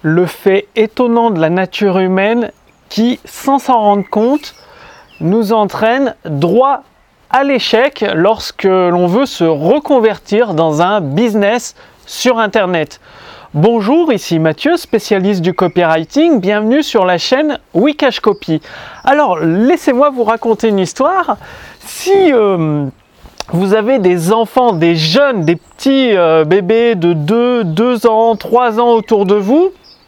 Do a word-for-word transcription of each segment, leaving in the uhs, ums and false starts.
le fait étonnant de la nature humaine qui, sans s'en rendre compte, nous entraîne droit à l'échec lorsque l'on veut se reconvertir dans un business sur Internet. Bonjour, ici Mathieu, spécialiste du copywriting. Bienvenue sur la chaîne Wikash Copy. Alors, laissez-moi vous raconter une histoire. Si euh, vous avez des enfants, des jeunes, des petits euh, bébés de deux, deux ans, trois ans autour de vous,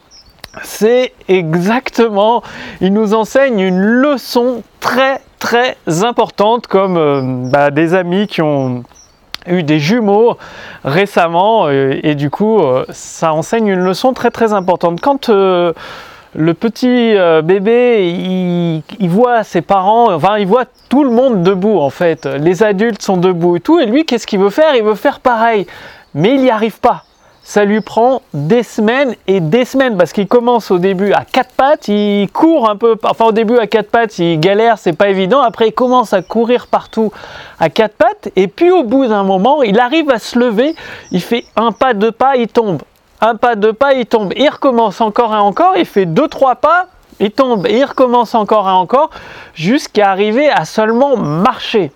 c'est exactement, ils nous enseignent une leçon très très importante, comme euh, bah, des amis qui ont eu des jumeaux récemment et, et du coup euh, ça enseigne une leçon très très importante. Quand euh, le petit euh, bébé il, il voit ses parents, enfin il voit tout le monde debout en fait, les adultes sont debout et tout, et lui qu'est-ce qu'il veut faire? Il veut faire pareil, mais il n'y arrive pas. Ça lui prend des semaines et des semaines parce qu'il commence au début à quatre pattes, il court un peu, enfin au début à quatre pattes, il galère, c'est pas évident. Après, il commence à courir partout à quatre pattes et puis au bout d'un moment, il arrive à se lever, il fait un pas, deux pas, il tombe. Un pas, deux pas, il tombe. Il recommence encore et encore, il fait deux, trois pas, il tombe. Et il recommence encore et encore jusqu'à arriver à seulement marcher.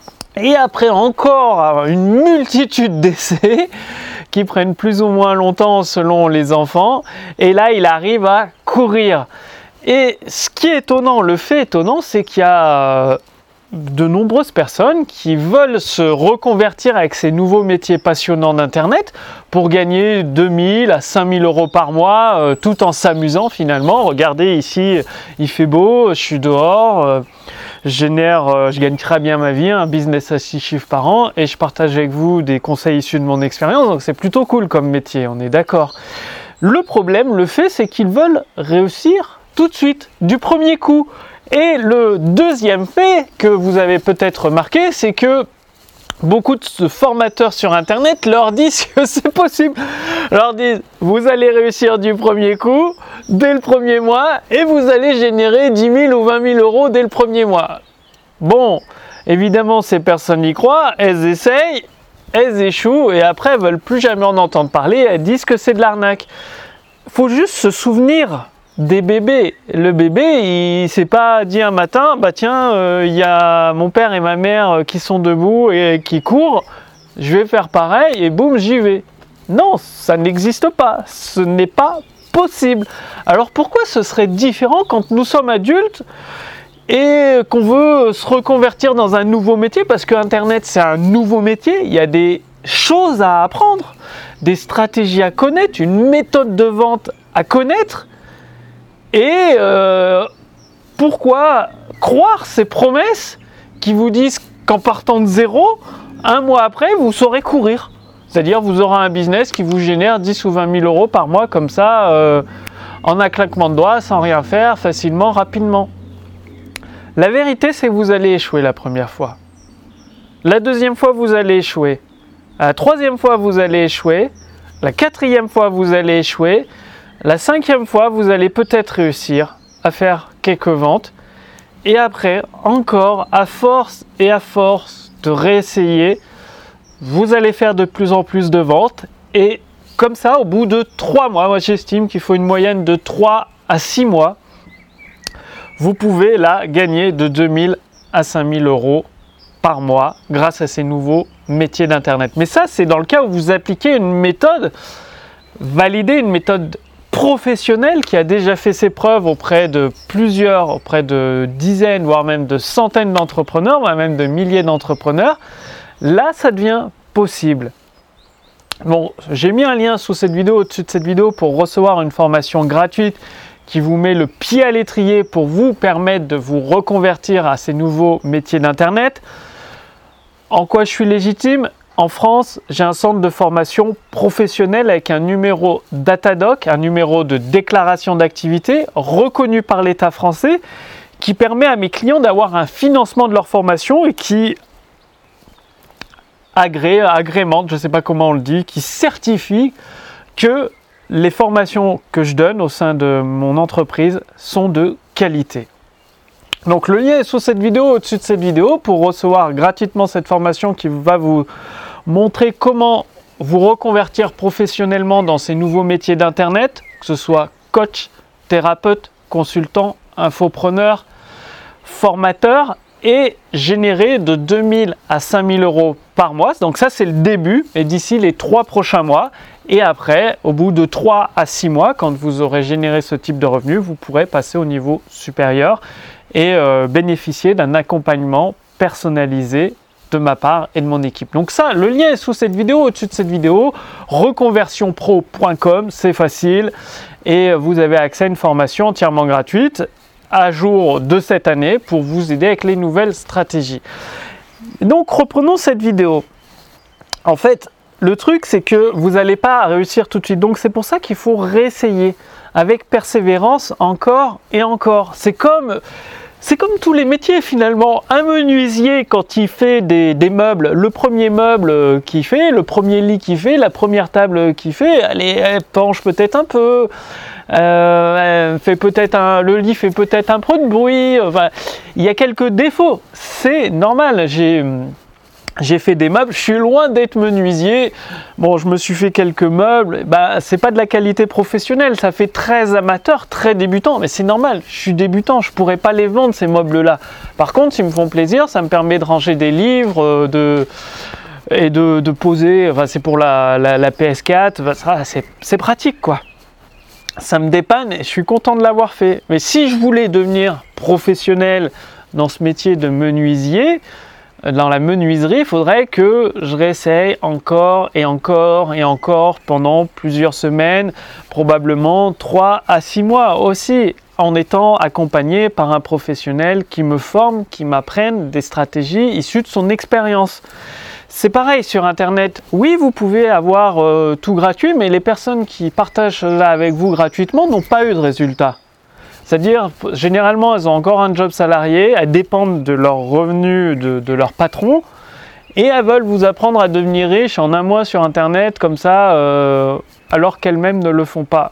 Et après encore une multitude d'essais qui prennent plus ou moins longtemps selon les enfants, et là il arrive à courir. Et ce qui est étonnant, le fait étonnant, c'est qu'il y a de nombreuses personnes qui veulent se reconvertir avec ces nouveaux métiers passionnants d'Internet pour gagner deux mille à cinq mille euros par mois, euh, tout en s'amusant finalement. Regardez ici, il fait beau, je suis dehors, euh, je génère, euh, je gagne très bien ma vie, un business à six chiffres par an, et je partage avec vous des conseils issus de mon expérience, donc c'est plutôt cool comme métier, on est d'accord. Le problème, le fait, c'est qu'ils veulent réussir tout de suite, du premier coup. Et le deuxième fait que vous avez peut-être remarqué, c'est que beaucoup de formateurs sur Internet leur disent que c'est possible. Leur disent, vous allez réussir du premier coup, dès le premier mois, et vous allez générer dix mille ou vingt mille euros dès le premier mois. Bon, évidemment, ces personnes y croient, elles essayent, elles échouent, et après, elles ne veulent plus jamais en entendre parler, elles disent que c'est de l'arnaque. Il faut juste se souvenir des bébés. Le bébé, il s'est pas dit un matin, bah tiens, il euh, y a mon père et ma mère qui sont debout et qui courent, je vais faire pareil et boum, j'y vais. Non, ça n'existe pas, ce n'est pas possible. Alors pourquoi ce serait différent quand nous sommes adultes et qu'on veut se reconvertir dans un nouveau métier? Parce que Internet, c'est un nouveau métier, il y a des choses à apprendre, des stratégies à connaître, une méthode de vente à connaître. Et euh, pourquoi croire ces promesses qui vous disent qu'en partant de zéro, un mois après, vous saurez courir? C'est-à-dire vous aurez un business qui vous génère dix ou vingt mille euros par mois comme ça, euh, en un claquement de doigts, sans rien faire, facilement, rapidement. La vérité, c'est que vous allez échouer la première fois. La deuxième fois, vous allez échouer. La troisième fois, vous allez échouer. La quatrième fois, vous allez échouer. La cinquième fois, vous allez peut-être réussir à faire quelques ventes. Et après, encore, à force et à force de réessayer, vous allez faire de plus en plus de ventes. Et comme ça, au bout de trois mois, moi j'estime qu'il faut une moyenne de trois à six mois, vous pouvez là gagner de deux mille à cinq mille euros par mois grâce à ces nouveaux métiers d'Internet. Mais ça, c'est dans le cas où vous appliquez une méthode validée, une méthode professionnel qui a déjà fait ses preuves auprès de plusieurs, auprès de dizaines, voire même de centaines d'entrepreneurs, voire même de milliers d'entrepreneurs. Là, ça devient possible. Bon, j'ai mis un lien sous cette vidéo, au-dessus de cette vidéo, pour recevoir une formation gratuite qui vous met le pied à l'étrier pour vous permettre de vous reconvertir à ces nouveaux métiers d'Internet. En quoi je suis légitime ? En France, j'ai un centre de formation professionnel avec un numéro Datadoc, un numéro de déclaration d'activité reconnu par l'État français, qui permet à mes clients d'avoir un financement de leur formation et qui agrée, agrémente, je ne sais pas comment on le dit, qui certifie que les formations que je donne au sein de mon entreprise sont de qualité. Donc le lien est sous cette vidéo, au-dessus de cette vidéo, pour recevoir gratuitement cette formation qui va vous montrer comment vous reconvertir professionnellement dans ces nouveaux métiers d'Internet que ce soit coach, thérapeute, consultant, infopreneur, formateur, et générer de deux mille à cinq mille euros par mois. Donc ça, c'est le début, et d'ici les trois prochains mois. Et après, au bout de trois à six mois, quand vous aurez généré ce type de revenus, vous pourrez passer au niveau supérieur et euh, bénéficier d'un accompagnement personnalisé de ma part et de mon équipe. Donc ça, le lien est sous cette vidéo, au-dessus de cette vidéo, reconversion pro point com, c'est facile, et vous avez accès à une formation entièrement gratuite à jour de cette année pour vous aider avec les nouvelles stratégies. Donc reprenons cette vidéo. En fait, le truc c'est que vous n'allez pas réussir tout de suite. Donc c'est pour ça qu'il faut réessayer avec persévérance encore et encore. C'est comme, c'est comme tous les métiers finalement. Un menuisier quand il fait des, des meubles, le premier meuble qu'il fait, le premier lit qu'il fait, la première table qu'il fait, elle, est, elle penche peut-être un peu. Euh, fait peut-être un, le lit fait peut-être un peu de bruit, enfin, il y a quelques défauts, c'est normal. J'ai, j'ai fait des meubles, je suis loin d'être menuisier. Bon, je me suis fait quelques meubles, bah, c'est pas de la qualité professionnelle, ça fait très amateur, très débutant, mais c'est normal, je suis débutant, je pourrais pas les vendre ces meubles-là. Par contre, s'ils me font plaisir, ça me permet de ranger des livres, de et de, de poser, enfin, c'est pour la, la, la P S quatre, enfin, ça, c'est, c'est pratique quoi. Ça me dépanne et je suis content de l'avoir fait. Mais si je voulais devenir professionnel dans ce métier de menuisier, dans la menuiserie, il faudrait que je réessaye encore et encore et encore pendant plusieurs semaines, probablement trois à six mois aussi, en étant accompagné par un professionnel qui me forme, qui m'apprenne des stratégies issues de son expérience. C'est pareil sur Internet. Oui, vous pouvez avoir euh, tout gratuit, mais les personnes qui partagent là avec vous gratuitement n'ont pas eu de résultat. C'est-à-dire, généralement, elles ont encore un job salarié, elles dépendent de leurs revenus, de, de leur patron, et elles veulent vous apprendre à devenir riche en un mois sur Internet, comme ça, euh, alors qu'elles-mêmes ne le font pas.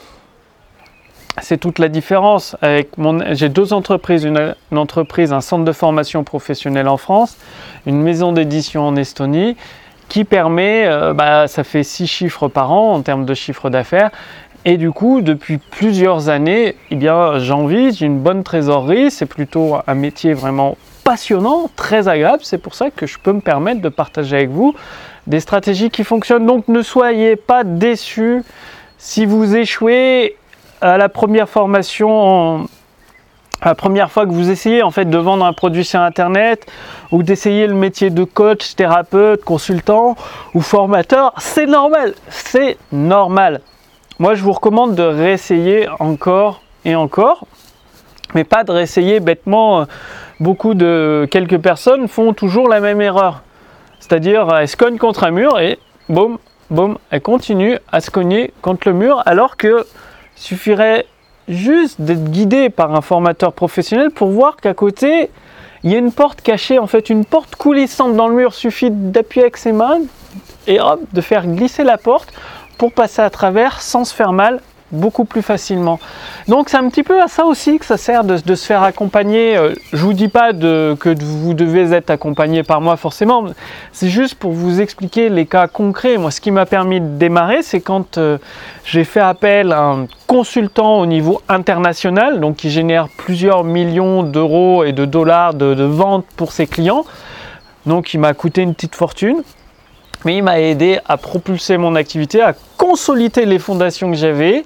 C'est toute la différence. Avec mon, j'ai deux entreprises, une, une entreprise, un centre de formation professionnelle en France, une maison d'édition en Estonie, qui permet, euh, bah, ça fait six chiffres par an en termes de chiffre d'affaires. Et du coup, depuis plusieurs années, eh bien, j'en vis, j'ai une bonne trésorerie, c'est plutôt un métier vraiment passionnant, très agréable. C'est pour ça que je peux me permettre de partager avec vous des stratégies qui fonctionnent. Donc ne soyez pas déçus si vous échouez à la première formation, à la première fois que vous essayez en fait de vendre un produit sur Internet ou d'essayer le métier de coach, thérapeute, consultant ou formateur. C'est normal, c'est normal. Moi, je vous recommande de réessayer encore et encore, mais pas de réessayer bêtement. Beaucoup de quelques personnes font toujours la même erreur, c'est-à-dire elles se cognent contre un mur et boum, boum, elles continuent à se cogner contre le mur, alors que suffirait juste d'être guidé par un formateur professionnel pour voir qu'à côté, il y a une porte cachée, en fait une porte coulissante dans le mur. Il suffit d'appuyer avec ses mains et hop, de faire glisser la porte pour passer à travers sans se faire mal, beaucoup plus facilement. Donc c'est un petit peu à ça aussi que ça sert de, de se faire accompagner. Je vous dis pas de, que vous devez être accompagné par moi forcément, c'est juste pour vous expliquer les cas concrets. Moi, ce qui m'a permis de démarrer, c'est quand euh, j'ai fait appel à un consultant au niveau international, donc qui génère plusieurs millions d'euros et de dollars de, de ventes pour ses clients. Donc il m'a coûté une petite fortune, mais il m'a aidé à propulser mon activité, à consolider les fondations que j'avais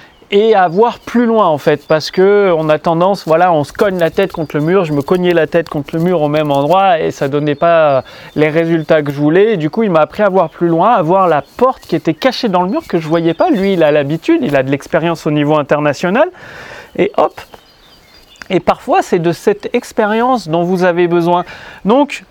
et à voir plus loin en fait, parce que on a tendance, voilà, on se cogne la tête contre le mur. Je me cognais la tête contre le mur au même endroit et ça donnait pas les résultats que je voulais. Et du coup, il m'a appris à voir plus loin, à voir la porte qui était cachée dans le mur que je voyais pas. Lui, il a l'habitude, il a de l'expérience au niveau international et hop. Et parfois, c'est de cette expérience dont vous avez besoin. Donc,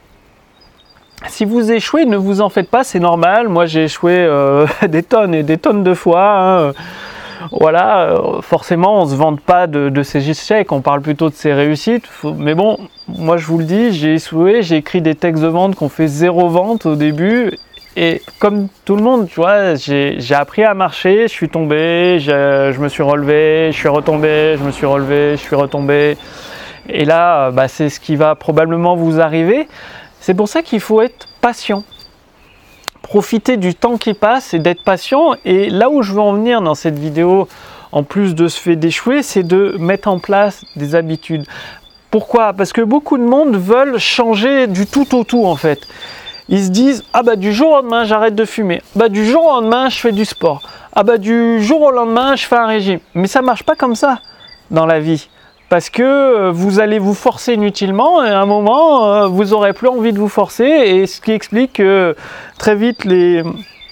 si vous échouez, ne vous en faites pas, c'est normal. Moi, j'ai échoué euh, des tonnes et des tonnes de fois. Hein. Voilà, euh, forcément, on ne se vante pas de, de ses échecs, on parle plutôt de ses réussites. Faut, mais bon, moi, je vous le dis, j'ai échoué, j'ai écrit des textes de vente qui ont fait zéro vente au début. Et comme tout le monde, tu vois, j'ai, j'ai appris à marcher, je suis tombé, je, je me suis relevé, je suis retombé, je me suis relevé, je suis retombé. Et là, bah, c'est ce qui va probablement vous arriver. C'est pour ça qu'il faut être patient. profiter du temps qui passe et d'être patient. Et là où je veux en venir dans cette vidéo, en plus de ce fait d'échouer, c'est de mettre en place des habitudes. Pourquoi? Parce que beaucoup de monde veulent changer du tout au tout en fait. Ils se disent, ah bah du jour au lendemain j'arrête de fumer, bah du jour au lendemain je fais du sport, ah bah du jour au lendemain je fais un régime. Mais ça marche pas comme ça dans la vie. Parce que vous allez vous forcer inutilement et à un moment vous n'aurez plus envie de vous forcer, et ce qui explique que très vite les,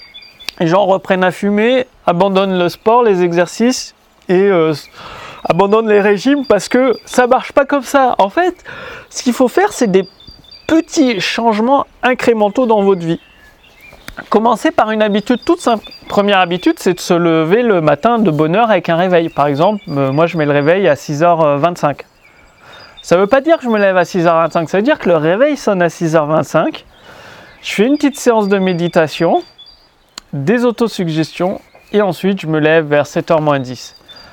les gens reprennent à fumer, abandonnent le sport, les exercices et euh, abandonnent les régimes parce que ça marche pas comme ça. En fait, ce qu'il faut faire, c'est des petits changements incrémentaux dans votre vie. Commencez par une habitude toute simple. Première habitude, c'est de se lever le matin de bonne heure avec un réveil. Par exemple, euh, moi je mets le réveil à six heures vingt-cinq. Ça ne veut pas dire que je me lève à six heures vingt-cinq, ça veut dire que le réveil sonne à six heures vingt-cinq. Je fais une petite séance de méditation, des autosuggestions, et ensuite je me lève vers sept heures moins dix.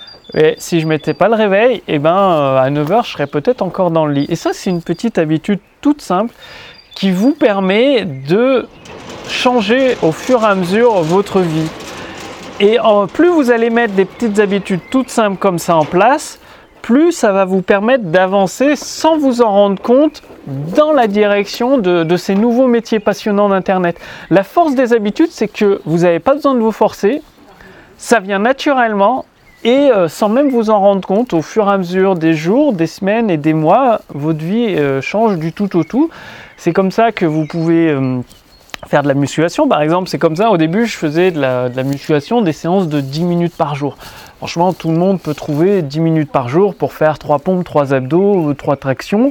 Et si je ne mettais pas le réveil, eh ben, euh, à neuf heures, je serais peut-être encore dans le lit. Et ça, c'est une petite habitude toute simple qui vous permet de changer au fur et à mesure votre vie. Et en, plus vous allez mettre des petites habitudes toutes simples comme ça en place, plus ça va vous permettre d'avancer sans vous en rendre compte dans la direction de, de ces nouveaux métiers passionnants d'Internet. La force des habitudes, c'est que vous n'avez pas besoin de vous forcer, ça vient naturellement. Et euh, sans même vous en rendre compte, au fur et à mesure des jours, des semaines et des mois, votre vie euh, change du tout au tout. C'est comme ça que vous pouvez euh, faire de la musculation. Par exemple, c'est comme ça, au début, je faisais de la, de la musculation, des séances de dix minutes par jour. Franchement, tout le monde peut trouver dix minutes par jour pour faire trois pompes, trois abdos, trois tractions.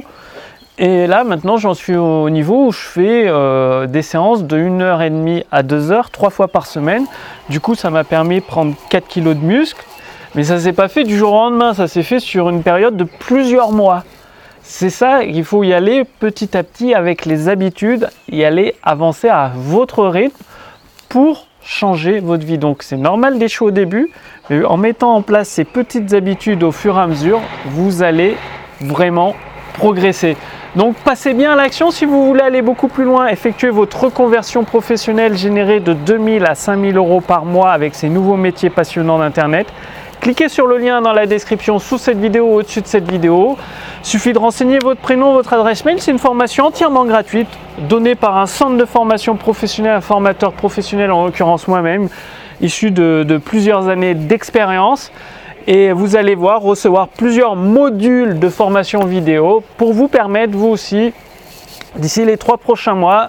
Et là, maintenant, j'en suis au niveau où je fais euh, des séances de une heure trente à deux heures, trois fois par semaine. Du coup, ça m'a permis de prendre quatre kilos de muscles. Mais ça ne s'est pas fait du jour au lendemain, ça s'est fait sur une période de plusieurs mois. C'est ça, il faut y aller petit à petit avec les habitudes, y aller avancer à votre rythme pour changer votre vie. Donc c'est normal d'échouer au début, mais en mettant en place ces petites habitudes au fur et à mesure, vous allez vraiment progresser. Donc passez bien à l'action. Si vous voulez aller beaucoup plus loin, effectuez votre reconversion professionnelle générée de deux mille à cinq mille euros par mois avec ces nouveaux métiers passionnants d'Internet. Cliquez sur le lien dans la description sous cette vidéo ou au-dessus de cette vidéo. Il suffit de renseigner votre prénom, votre adresse mail. C'est une formation entièrement gratuite donnée par un centre de formation professionnelle, un formateur professionnel, en l'occurrence moi-même, issu de, de plusieurs années d'expérience. Et vous allez voir recevoir plusieurs modules de formation vidéo pour vous permettre, vous aussi, d'ici les trois prochains mois,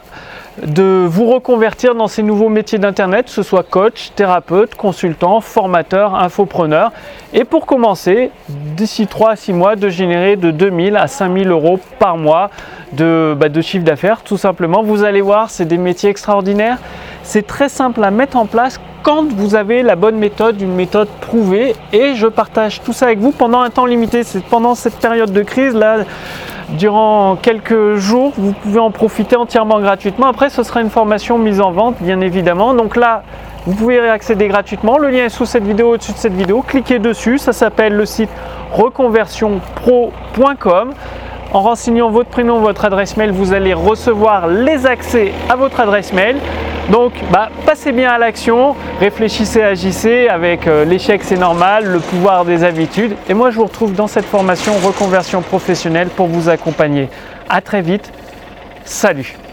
de vous reconvertir dans ces nouveaux métiers d'Internet, que ce soit coach, thérapeute, consultant, formateur, infopreneur. Et pour commencer, d'ici trois à six mois, de générer de deux mille à cinq mille euros par mois de, bah, de chiffre d'affaires, tout simplement. Vous allez voir, c'est des métiers extraordinaires. C'est très simple à mettre en place quand vous avez la bonne méthode, une méthode prouvée. Et je partage tout ça avec vous pendant un temps limité. C'est pendant cette période de crise là. Durant quelques jours, vous pouvez en profiter entièrement gratuitement. Après, ce sera une formation mise en vente, bien évidemment. Donc là, vous pouvez y accéder gratuitement. Le lien est sous cette vidéo, au-dessus de cette vidéo. Cliquez dessus. Ça s'appelle le site reconversion pro point com. En renseignant votre prénom, votre adresse mail, vous allez recevoir les accès à votre adresse mail. Donc, bah, passez bien à l'action, réfléchissez, agissez. Avec euh, l'échec, c'est normal, le pouvoir des habitudes. Et moi, je vous retrouve dans cette formation reconversion professionnelle pour vous accompagner. À très vite. Salut!